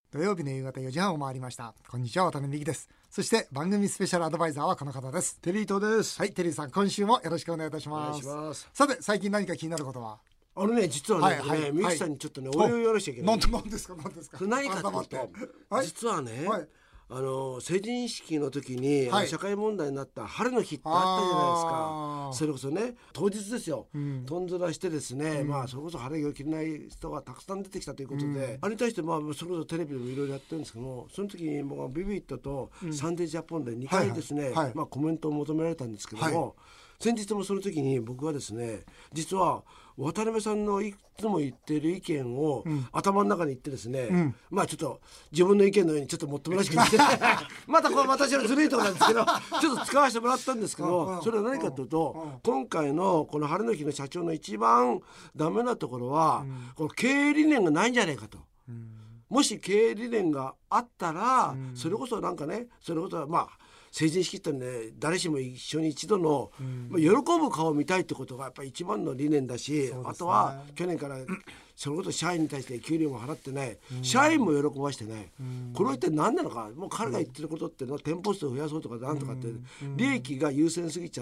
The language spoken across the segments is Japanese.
土曜日の夕方4時半を回りました。こんにちは、渡辺美希です。そして番組スペシャルアドバイザーはこの方です。 テリー東です。 はい、テリーさん、今週もよろしくお願いいたします。 お願いします。 さて、最近何か気になることは？ 実はね、美希さんにちょっとね、お礼を言わなきゃいけない。 何ですか？ それ何かというと、実はね、成人式の時に、社会問題になった晴れの日ってあったじゃないですか。それこそね、当日ですよ、とんずらしてですね、それこそ晴れ着を着れない人がたくさん出てきたということで、あれに対してそれこそテレビでもいろいろやってるんですけども、その時に僕はビビットとサンデージャポンで2回ですね、コメントを求められたんですけども、先日もその時に僕はですね、実は渡辺さんのいつも言ってる意見を頭の中に言ってですね、ちょっと自分の意見のようにちょっともっともらしく言ってまたこれ私のずるいところなんですけどちょっと使わせてもらったんですけど、それは何かというと、今回のこの晴れの日の社長の一番ダメなところは、この経営理念がないんじゃないかと。もし経営理念があったら、それこそなんかね、それこそ成人式ってね、誰しも一緒に一度の、喜ぶ顔を見たいってことがやっぱり一番の理念だし、あとは去年からそれこそ社員に対して給料も払ってない、社員も喜ばしてない、これは一体何なのか。もう彼が言ってることってのは店舗数を増やそうとかなんとかって、利益が優先すぎちゃって、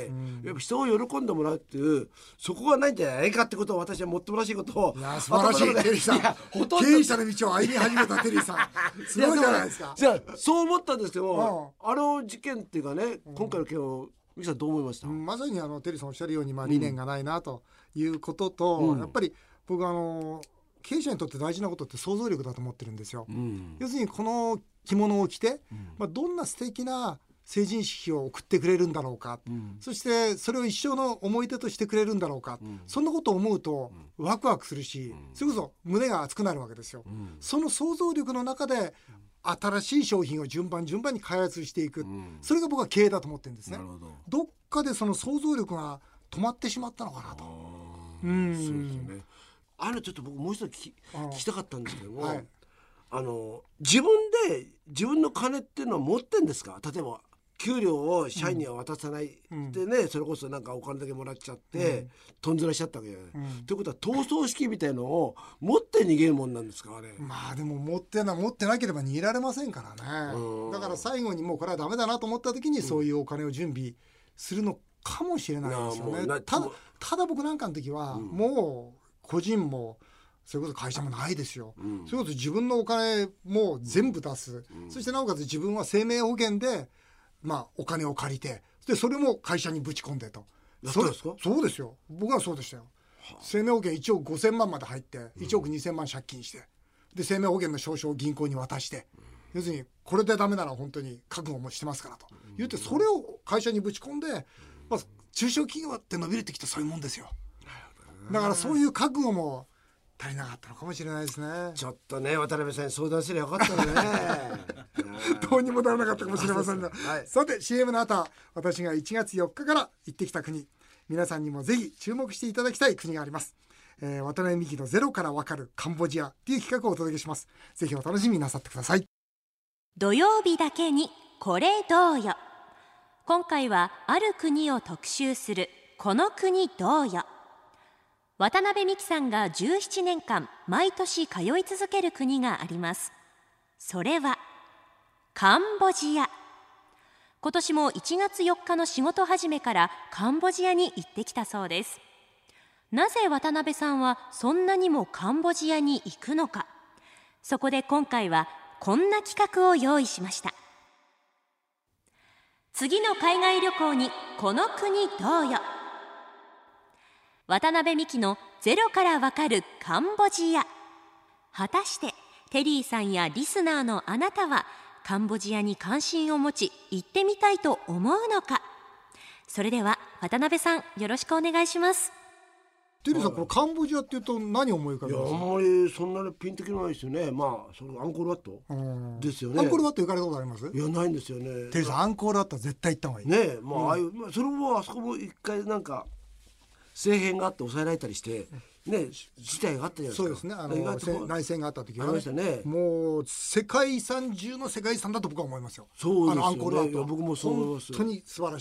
やっぱ人を喜んでもらうっていう、そこがないんじゃないかってことを、私はもっともらしいことを。 いや、素晴らしい。テリーさん、経営者の道を歩み始めたテリーさん、すごいじゃないですか。 そう思ったんですけど、あの事件っていうかね、今回の件を美希さんどう思いました？ まさにテリーさんおっしゃるように、理念がないなということと、やっぱり僕経営者にとって大事なことって想像力だと思ってるんですよ。要するにこの着物を着て、どんな素敵な成人式を送ってくれるんだろうか、そしてそれを一生の思い出としてくれるんだろうか、そんなことを思うとワクワクするし、それこそ胸が熱くなるわけですよ。その想像力の中で新しい商品を順番に開発していく、それが僕は経営だと思ってるんですね。どっかでその想像力が止まってしまったのかなと。 そうですよね。ちょっと僕もう一度聞きたかったんですけども、自分の金っていうのは持ってんですか？例えば給料を社員には渡さないでね、それこそなんかお金だけもらっちゃって、とんずらしちゃったわけじゃない。ということは逃走式みたいのを持って逃げるもんなんですか？あれ。 でも持ってなければ逃げられませんからね。だから最後にもうこれはダメだなと思った時に、そういうお金を準備するのかもしれないですよね。ただ僕なんかの時はもう個人もそれこそ会社もないですよ。それこそ自分のお金も全部出す、そしてなおかつ自分は生命保険でお金を借りて、でそれも会社にぶち込んでと。 やったんですか？ そうですよ。僕はそうでしたよ。生命保険1億5000万まで入って1億2000万借金して、で生命保険の証書を銀行に渡して、要するにこれでダメなら本当に覚悟もしてますからと言って、それを会社にぶち込んで、中小企業って伸びるってきたそういうもんですよ。だからそういう覚悟も足りなかったのかもしれないですね。 ちょっとね、渡辺さんに相談すればよかったのねどうにもならなかったかもしれませんが、さて CM の後、私が1月4日から行ってきた国、皆さんにもぜひ注目していただきたい国があります。渡辺美希のゼロからわかるカンボジアという企画をお届けします。ぜひお楽しみになさってください。 土曜日だけにこれどうよ。今回はある国を特集するこの国どうよ。渡辺美希さんが17年間毎年通い続ける国があります。それはカンボジア。今年も1月4日の仕事始めからカンボジアに行ってきたそうです。なぜ渡辺さんはそんなにもカンボジアに行くのか。そこで今回はこんな企画を用意しました。次の海外旅行にこの国どうよ。渡辺美希のゼロからわかるカンボジア。果たしてテリーさんやリスナーのあなたはカンボジアに関心を持ち行ってみたいと思うのか。それでは渡辺さん、よろしくお願いします。 テリーさん、これカンボジアっていうと何を思い浮かべますか？ あんまりそんなにピンときないですよね。そのアンコールワットですよね。 アンコールワット行かれたことあります？ いや、ないんですよね。 テリーさん、アンコールワットは絶対行った方がいいね。それもあそこも一回なんか政変があって抑えられたりしてね、事態があったじゃないですか。 そうですね。内戦があった時は、 ありましたね。 もう世界遺産中の世界遺産だと僕は思いますよ。 そうですよね。 アンコールワット、 僕もそう思います。 本当に素晴らしい。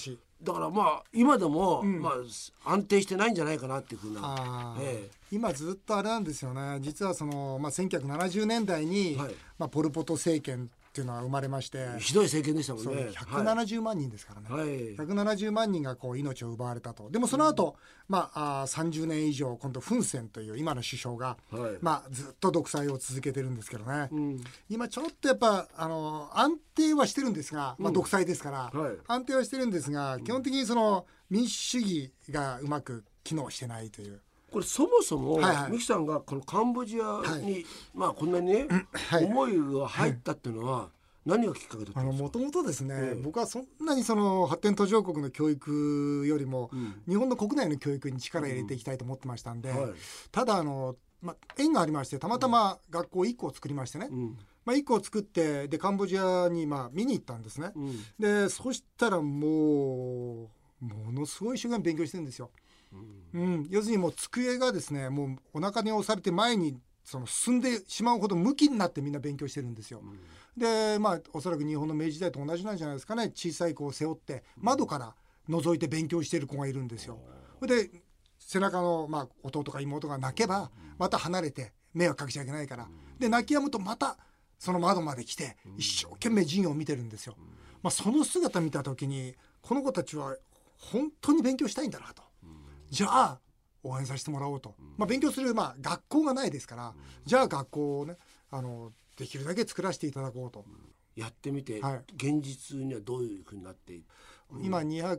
だからまあ今でも、まあ、安定してないんじゃないかなっていうふうな、 今ずっとあれなんですよね。実はその、1970年代に、ポル・ポト政権っていうのが生まれまして、 ひどい政権でしたもんね。 170万人ですからね、170万人がこう命を奪われたと。でもその後、30年以上今度フン・センという今の首相が、ずっと独裁を続けてるんですけどね、今ちょっとやっぱ安定はしてるんですが、独裁ですから、安定はしてるんですが、基本的にその民主主義がうまく機能してないという。 これそもそも三木さんがこのカンボジアに、こんなにね、思いが入ったっていうのは何がきっかけだったんですか？ もともとですね、僕はそんなにその発展途上国の教育よりも、日本の国内の教育に力を入れていきたいと思ってましたんで、ただ縁がありまして、たまたま学校1個を作りましてね、1個を作って、でカンボジアに見に行ったんですね、でそしたらものすごい一生懸命勉強してるんですよ。要するにもう机がですね、もうお腹に押されて前に進んでしまうほど向きになってみんな勉強してるんですよ。でおそらく日本の明治時代と同じなんじゃないですかね。小さい子を背負って窓から覗いて勉強してる子がいるんですよ。で背中の弟か妹が泣けばまた離れて迷惑かけちゃいけないから、で泣き止むとまたその窓まで来て一生懸命授業を見てるんですよ。その姿見た時に、この子たちは本当に勉強したいんだなと。じゃあ応援させてもらおうと、勉強する学校がないですから、じゃあ学校をねできるだけ作らせていただこうとやってみて、現実にはどういうふうになって今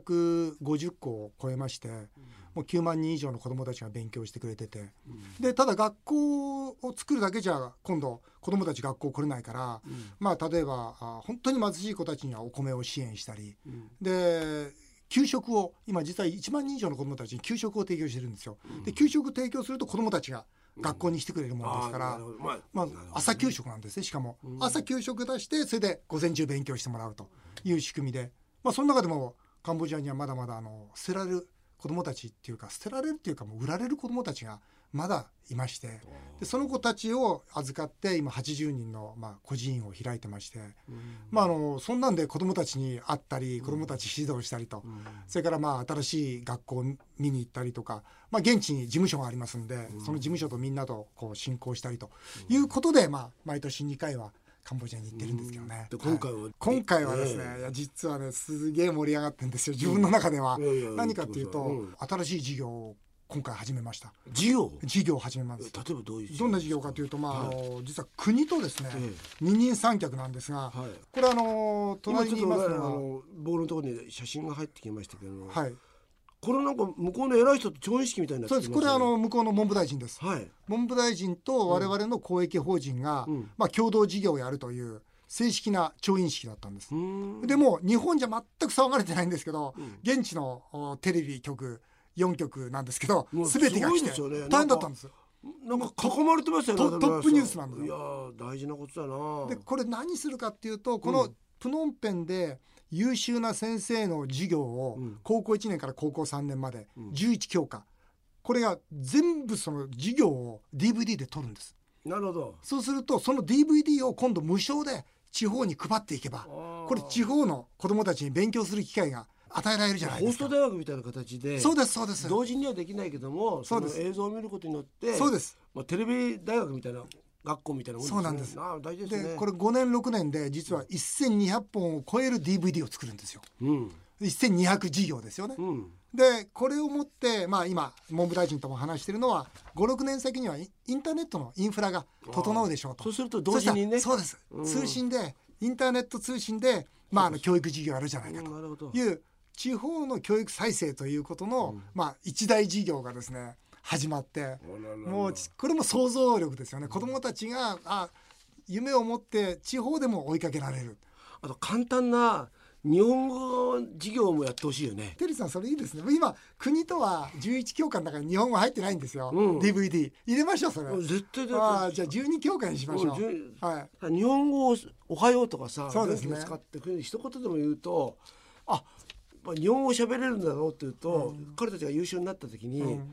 250校を超えまして、もう9万人以上の子どもたちが勉強してくれてて、でただ学校を作るだけじゃ今度子どもたち学校来れないから、例えば本当に貧しい子たちにはお米を支援したり、で給食を今実は1万人以上の子どもたちに給食を提供してるんですよ。で給食提供すると子どもたちが学校にしてくれるものですから、朝給食なんですね。しかも朝給食出して、それで午前中勉強してもらうという仕組みで、その中でもカンボジアにはまだまだ捨てられる子どもたちっていうか、捨てられるっていうかもう売られる子どもたちがまだいまして、でその子たちを預かって今80人の孤児院を開いてまして、そんなんで子どもたちに会ったり、子どもたち指導したりと、それから新しい学校を見に行ったりとか、現地に事務所がありますんで、その事務所とみんなとこう進行したりということで、毎年2回はカンボジアに行ってるんですけどね。今回はですね、実はねすげえ盛り上がってるんですよ、自分の中では。何かっていうと、新しい事業を今回始めました。事業を始めます。 例えばどんな事業かというと、実は国とですね、二人三脚なんですが、これ隣にいますのはボールのところに写真が入ってきましたけど、これなんか向こうの偉い人と調印式みたいになってますね。 そうです。これ向こうの文部大臣です。文部大臣と我々の公益法人が、共同事業をやるという正式な調印式だったんです。でも日本じゃ全く騒がれてないんですけど、現地のテレビ局4局なんですけど、全てが来て大変だったんです。 なんか囲まれてましたよね。 トップニュースなんですよ。いや大事なことだな。 でこれ何するかっていうと、このプノンペンで優秀な先生の授業を高校1年から高校3年まで11教科、これが全部その授業を DVD で撮るんです。 なるほど。 そうするとその DVD を今度無償で地方に配っていけば、これ地方の子どもたちに勉強する機会が与えられるじゃないですか。 ホスト大学みたいな形で。 そうですそうです。 同時にはできないけども、その映像を見ることによって、 そうです。 テレビ大学みたいな学校みたいなもんですね。 そうなんです。 大事ですね。 でこれ5年6年で実は1200本を超える DVD を作るんですよ。1200事業ですよね。でこれをもって、今文部大臣とも話しているのは 5,6 年先にはインターネットのインフラが整うでしょうと。 そうすると同時にね。 そうです。通信でインターネット通信で、教育事業やるじゃないかという地方の教育再生ということの、一大事業がですね始まって、もうこれも想像力ですよね。子どもたちが夢を持って地方でも追いかけられる。 あと簡単な日本語授業もやってほしいよね。 テリーさんそれいいですね。今国とは11教科の中に日本語入ってないんですよ。DVD 入れましょうそれ。 絶対じゃあ12教科にしましょう。 日本語をおはようとかさ、 そうですね、 使って一言でも言うと、日本語喋れるんだろうって言うと、彼たちが優秀になった時に、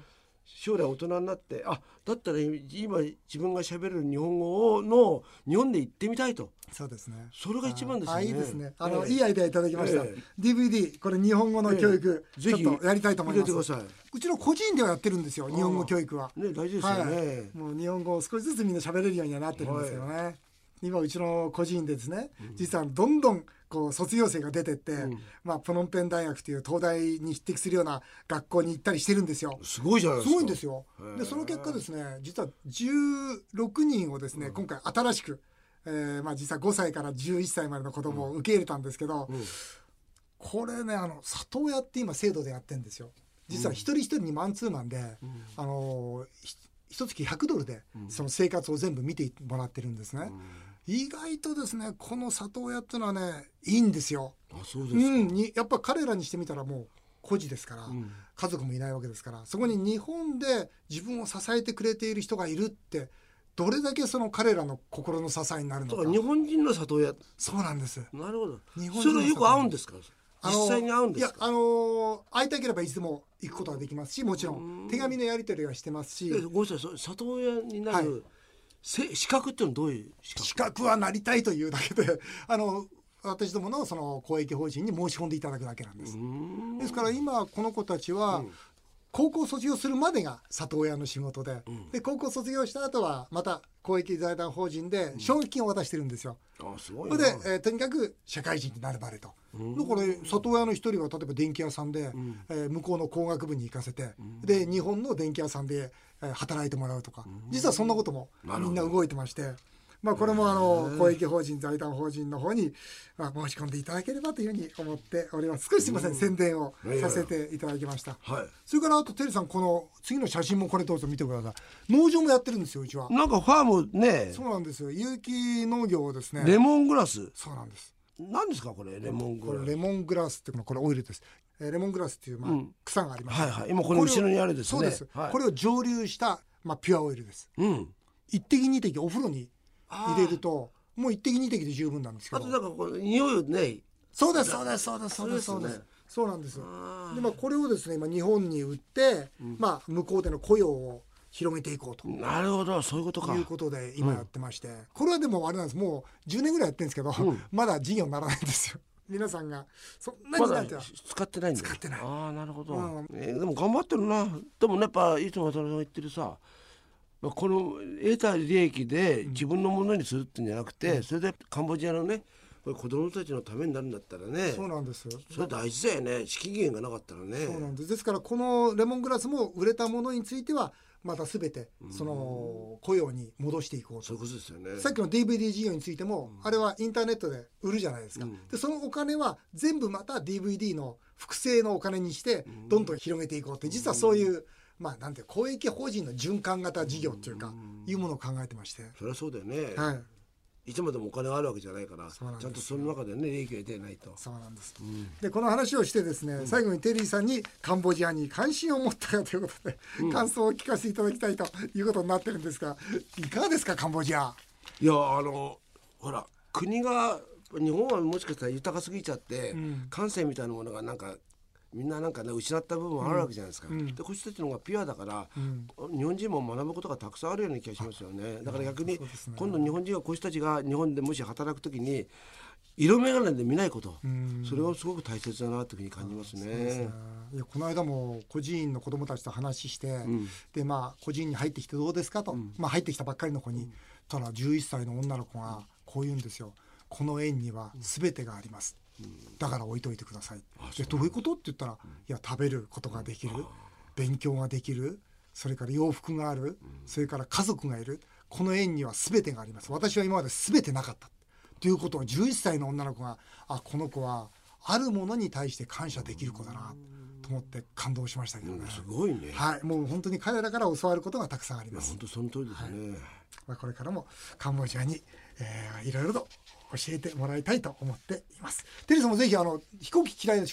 将来大人になってだったら今自分が喋る日本語の日本で言ってみたいと。 そうですね。 それが一番ですよね。 いいですね。いいアイデアいただきました。DVD これ日本語の教育、ちょっとやりたいと思います。うちの個人ではやってるんですよ、日本語教育は。 ね、大事ですよね。 もう日本語を少しずつみんな喋れるようにはなってるんですよね。今うちの個人でですね、実はどんどんこう卒業生が出てって、プノンペン大学という東大に匹敵するような学校に行ったりしてるんですよ。 すごいじゃないですか。 すごいんですよ。でその結果ですね、実は16人をですね、今回新しく、実は5歳から11歳までの子供を受け入れたんですけど、これね里親って今制度でやってるんですよ。実は一人一人にマンツーマンで、一月$100でその生活を全部見てもらってるんですね。意外とですねこの里親っていうのはねいいんですよ。 そうですか。 やっぱ彼らにしてみたらもう孤児ですから、家族もいないわけですから、そこに日本で自分を支えてくれている人がいるってどれだけその彼らの心の支えになるのか。 日本人の里親。 そうなんです。 なるほど。 日本人のそれよく会うんですか。実際に会うんですか。 いや会いたければいつでも行くことができますし、もちろん手紙のやり取りはしてますし。 ごめんなさい、里親になる、資格っていうのはどういう資格はなりたいというだけで私どものその公益法人に申し込んでいただくだけなんです。ですから今この子たちは、高校卒業するまでが里親の仕事で、で高校卒業した後はまた公益財団法人で奨学金を渡してるんですよ。 すごいな。それで、とにかく社会人になるまでと。だから里親の一人は例えば電気屋さんで、向こうの工学部に行かせて、で日本の電気屋さんで働いてもらうとか、実はそんなこともみんな動いてまして。これも公益法人財団法人の方に申し込んでいただければというふうに思っております。少しすみません、宣伝をさせていただきました。それからあとテリーさん、この次の写真もこれどうぞ見てください。農場もやってるんですよ、うちは。 なんかファームね。 そうなんですよ、有機農業をですね。 レモングラス。 そうなんです。 何ですかこれ、レモングラス。 これレモングラスっていうのはこれオイルです。レモングラスっていう草があります。 今この後ろにあるですね。 そうです。これを蒸留したピュアオイルです。一滴二滴お風呂に入れるともう一滴二滴で十分なんですけど、 あとなんかこの匂いをね。 そうですそうですそうですそうですそうです、そうなんです。でこれをですね今日本に売って、向こうでの雇用を広げていこうと。 なるほど、そういうことか。 いうことで今やってまして、これはでもあれなんです。もう10年ぐらいやってるんですけど、まだ事業にならないんですよ。皆さんがそんなになんて使ってないんだ。 使ってない。 なるほど。でも頑張ってるな。でもねやっぱいつも渡辺さんが言ってるさ、この得た利益で自分のものにするってんじゃなくて、それでカンボジアのねこれ子供たちのためになるんだったらね。 そうなんですよ。 それ大事だよね。資金源がなかったらね。 そうなんです。ですからこのレモングラスも売れたものについてはまた全てその雇用に戻していこうと。 そういうことですよね。 さっきの DVD 事業についても、あれはインターネットで売るじゃないですか。でそのお金は全部また DVD の複製のお金にしてどんどん広げていこうって、実はそういうなんて公益法人の循環型事業っていうか、いうものを考えてまして。 そりゃそうだよね。いつまでもお金があるわけじゃないから、ちゃんとその中でね利益が出ないと。 そうなんです。でこの話をしてですね、最後にテリーさんにカンボジアに関心を持ったかということで、感想を聞かせていただきたいということになってるんですが、いかがですかカンボジア。 いやほら国が日本はもしかしたら豊かすぎちゃって、感性みたいなものがなんかみんななんかね失った部分もあるわけじゃないですか。でこっちたちの方がピュアだから、日本人も学ぶことがたくさんあるような気がしますよね。だから逆に、今度日本人がこっちたちが日本でもし働くときに色眼鏡で見ないこと、それはすごく大切だなというふうに感じますね。 いやこの間も孤児院の子どもたちと話して、で孤児院に入ってきてどうですかと、入ってきたばっかりの子に、ただ11歳の女の子がこう言うんですよ。この園には全てがあります。だから置いといてください。どういうことって言ったら、いや食べることができる、勉強ができる、それから洋服がある、それから家族がいる、この園には全てがあります。私は今まで全てなかったということを11歳の女の子が、この子はあるものに対して感謝できる子だなと思って感動しましたけどね。 すごいね。 もう本当に彼らから教わることがたくさんあります。 本当その通りですね。 これからもカンボジアに、いろいろと教えてもらいたいと思っています。テリーさんもぜひ飛行機嫌いでしょ。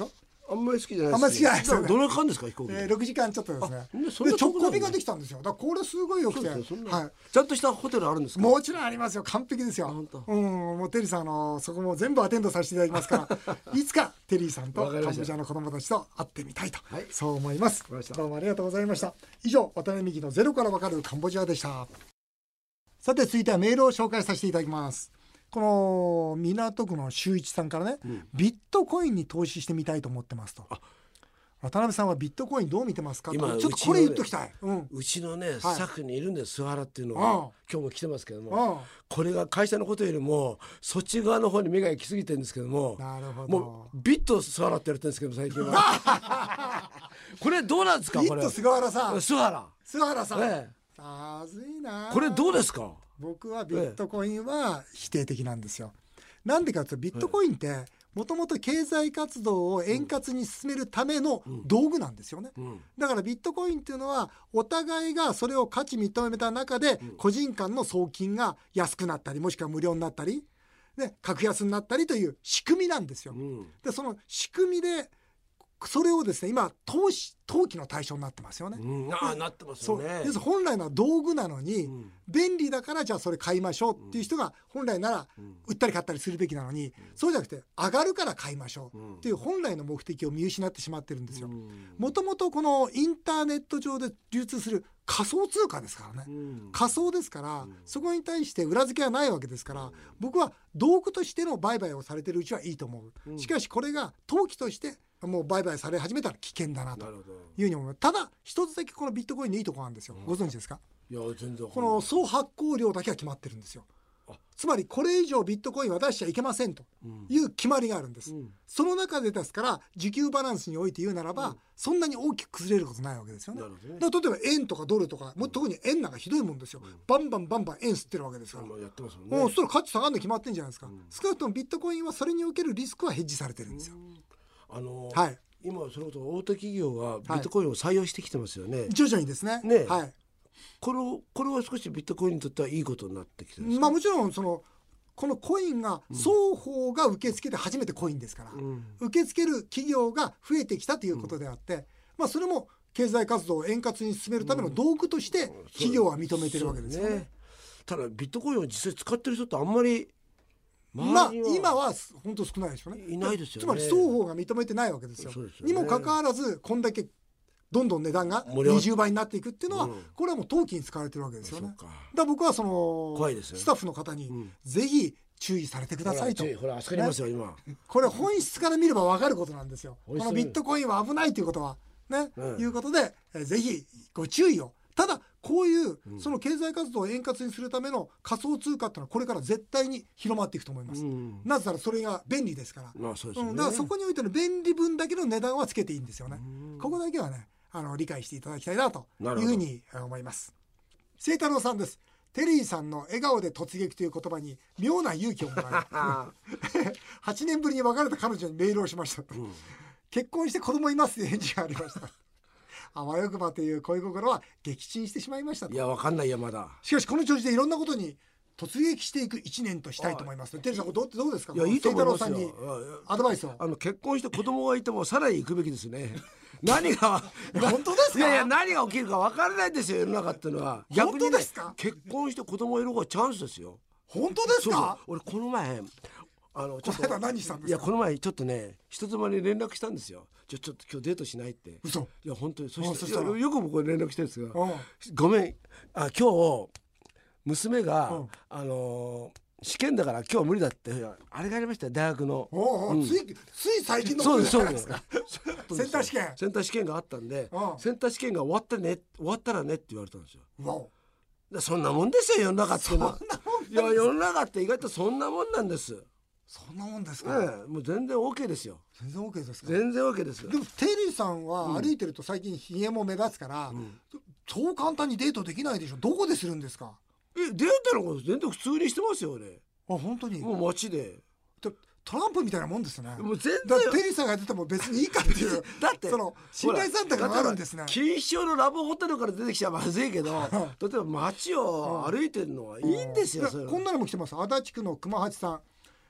あんまり好きじゃないです。 あんまり好きじゃないですよね。 どの間ですか飛行機。 6時間ちょっとですね。 そんな直行便ができたんですよ。だからこれすごい良くて、はい。 ちゃんとしたホテルあるんですか。 もちろんありますよ。完璧ですよ。もうテリーさんそこも全部アテンドさせていただきますからいつかテリーさんとカンボジアの子供たちと会ってみたいと、そう思います。どうもありがとうございました。以上、渡辺美希のゼロからわかるカンボジアでした。さて続いてはメールを紹介させていただきます。この港区の周一さんからね、ビットコインに投資してみたいと思ってますと。渡辺さんはビットコインどう見てますか。今ちょっとこれ言っときたい。 うちのねスタッフにいるんです、諏訪原っていうのが今日も来てますけども、これが会社のことよりもそっち側の方に目が行き過ぎてるんですけども、 なるほど、 もうビット諏訪原って言われてるんですけど最近はこれどうなんですか。 ビット菅原さん、 諏訪原さん、 まずいな。 これどうですか。 僕はビットコインは否定的なんですよ。なんでかというとビットコインってもともと経済活動を円滑に進めるための道具なんですよね。だからビットコインっていうのはお互いがそれを価値認めた中で個人間の送金が安くなったりもしくは無料になったり、格安になったりという仕組みなんですよ。でその仕組みでそれをですね今投機の対象になってますよね。 なってますよね。 本来の道具なのに、便利だからじゃあそれ買いましょうっていう人が本来なら売ったり買ったりするべきなのに、そうじゃなくて上がるから買いましょうっていう本来の目的を見失ってしまってるんですよ。もともとこのインターネット上で流通する仮想通貨ですからね、仮想ですから、そこに対して裏付けはないわけですから、僕は道具としての売買をされてるうちはいいと思う。しかしこれが投機としてもう売買され始めたら危険だなというふうに思います。ただ一つだけこのビットコインのいいところなんですよ。ご存知ですか。 いや全然。 この総発行量だけは決まってるんですよ。つまりこれ以上ビットコインは出しちゃいけませんという決まりがあるんです。その中でですから需給バランスにおいて言うならば、そんなに大きく崩れることないわけですよね。だから例えば円とかドルとか、もう特に円なんかひどいもんですよ。バンバン円吸ってるわけですから。 やってますもんね。 そしたら価値下がるの決まってんじゃないですか。少なくともビットコインはそれにおけるリスクはヘッジされてるんですよ。 今それこそ大手企業がビットコインを採用してきてますよね。 徐々にですね。 これは少しビットコインにとってはいいことになってきてるんですか。 もちろんこのコインが双方が受け付けて初めてコインですから、受け付ける企業が増えてきたということであって、それも経済活動を円滑に進めるための道具として企業は認めてるわけですよね。 ただビットコインを実際使ってる人ってあんまり今は本当少ないですよね。 いないですよね。 つまり双方が認めてないわけですよ。にもかかわらずこんだけどんどん値段が20倍になっていくっていうのは、これはもう投機に使われてるわけですよね。だから僕は怖いですよ、スタッフの方にぜひ注意されてくださいと。 ほら助かりますよ今。 これ本質から見れば分かることなんですよ。このビットコインは危ないということはね、いうことでぜひご注意を。ただこういうその経済活動を円滑にするための仮想通貨ってのはこれから絶対に広まっていくと思います。なぜならそれが便利ですから。だからそこにおいての便利分だけの値段はつけていいんですよね。ここだけはね理解していただきたいなというふうに思います。清太郎さんです。テリーさんの笑顔で突撃という言葉に妙な勇気をもらえ8年ぶりに別れた彼女にメールをしました、結婚して子供いますという返事がありましたあわよくばという恋心は撃沈してしまいましたと。 いやわかんないよまだ。 しかしこの調子でいろんなことに突撃していく1年としたいと思います。テリーさんどうですか。 いやいいと思いますよ。 清太郎さんにアドバイスを。 結婚して子供がいてもさらに行くべきですね何が本当ですか。 いや何が起きるか分からないですよ世の中っていうのは。逆にね、結婚して子供がいる方がチャンスですよ。 本当ですか。 俺この前この間何したんですか。 いやこの前ちょっとね人妻に連絡したんですよ。ちょっと今日デートしないって。 嘘。 いや本当に。そしたらよく僕連絡してるんですが、ごめん今日娘が試験だから今日無理だってあれがありましたよ大学の。 つい最近のことじゃないですか。センター試験があったんで、センター試験が終わったらねって言われたんですよ。そんなもんですよ世の中っていうのは。いや世の中って意外とそんなもんなんです。 そんなもんですか。 もう全然 OK ですよ。 全然 OK ですか。 全然 OK です。 でもテリーさんは歩いてると最近ひげも目立つから、そう簡単にデートできないでしょ。どこでするんですか。 デートのこと全然普通にしてますよ俺。 本当に。 もう街でトランプみたいなもんですね。 もう全然テリーさんがやってても別にいいかっていうだってその信頼算択があるんですね。 錦糸町のラブホテルから出てきちゃまずいけど例えば街を歩いてるのはいいんですよ。 こんなのも来てます。足立区の熊八さん。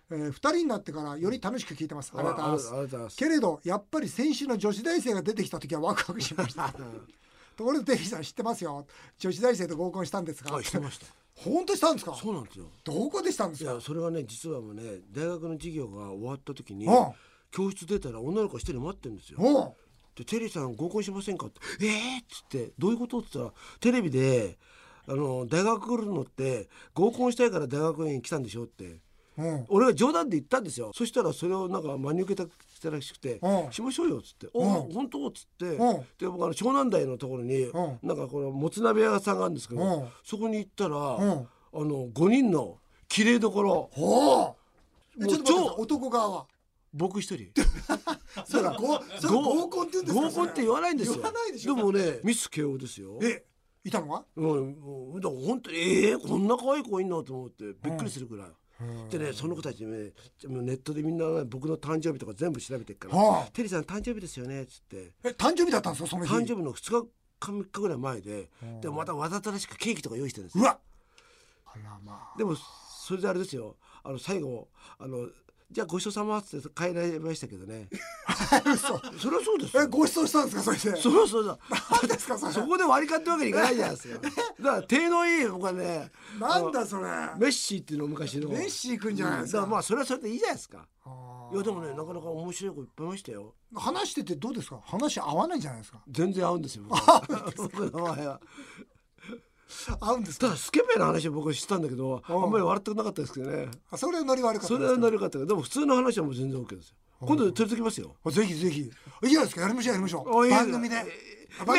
2人になってからより楽しく聞いてます。ありがとうございます。けれどやっぱり先週の女子大生が出てきた時はワクワクしましたところでテリーさん知ってますよ、女子大生と合コンしたんですか？ してました。 本当したんですか？ そうなんですよ。 どこでしたんですか？ いやそれはね、実はもうね、大学の授業が終わった時に教室出たら女の子一人待ってるんですよ。でテリーさん合コンしませんかって、っつってどういうことって言ったら、テレビで大学来るのって合コンしたいから大学に来たんでしょって、俺が冗談で言ったんですよ。そしたらそれをなんか真に受けたらしくて、しましょうよっつって、本当っつって、で僕湘南台のところになんかこのもつ鍋屋さんがあるんですけど、そこに行ったら5人の綺麗どころ、 ちょっと待って、男側は僕一人それ合コンって言うんですか？ 合コンって言わないんですよ。 言わないでしょ。 でもね、ミス慶応ですよ。 いたのは？ だから本当にこんな可愛い子いんのと思ってびっくりするくらい。でね、その子たちね、ネットでみんな、ね、僕の誕生日とか全部調べてるから、テリーさん誕生日ですよねっつって。 誕生日だったんですか？その日。 誕生日の2日か3日ぐらい前で、でもまたわざとらしくケーキとか用意してるんですよ。 うわ、 でもそれであれですよ、最後じゃあごちそうさまって帰られましたけどねそれはそうですよ。 ごちそうしたんですか？それで。 そうだ。 何ですかそれ？ そこで割り勘ってわけにいかないじゃないですか。だから手のいい僕はね、 なんだそれ。 メッシーっていうの昔の。 メッシーくんじゃないですか。 だからまあそれはそれでいいじゃないですか。いやでもね、なかなか面白い子いっぱいいましたよ。 話しててどうですか？話合わないんじゃないですか？ 全然合うんですよ。僕の前は。 合うんですか？ ただスケベな話を僕は知ったんだけど、あんまり笑ってなかったですけどね。 それはノリ悪かった。 それはノリ悪かったけど、でも普通の話はもう全然 OK ですよ。今度連れてきますよ。 ぜひぜひ。いいじゃないですか。やりましょう。番組で。 番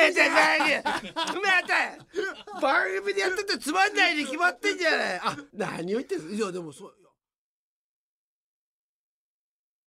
組でやっててつまんないに決まってんじゃない。何を言ってんすか。いやでもそう。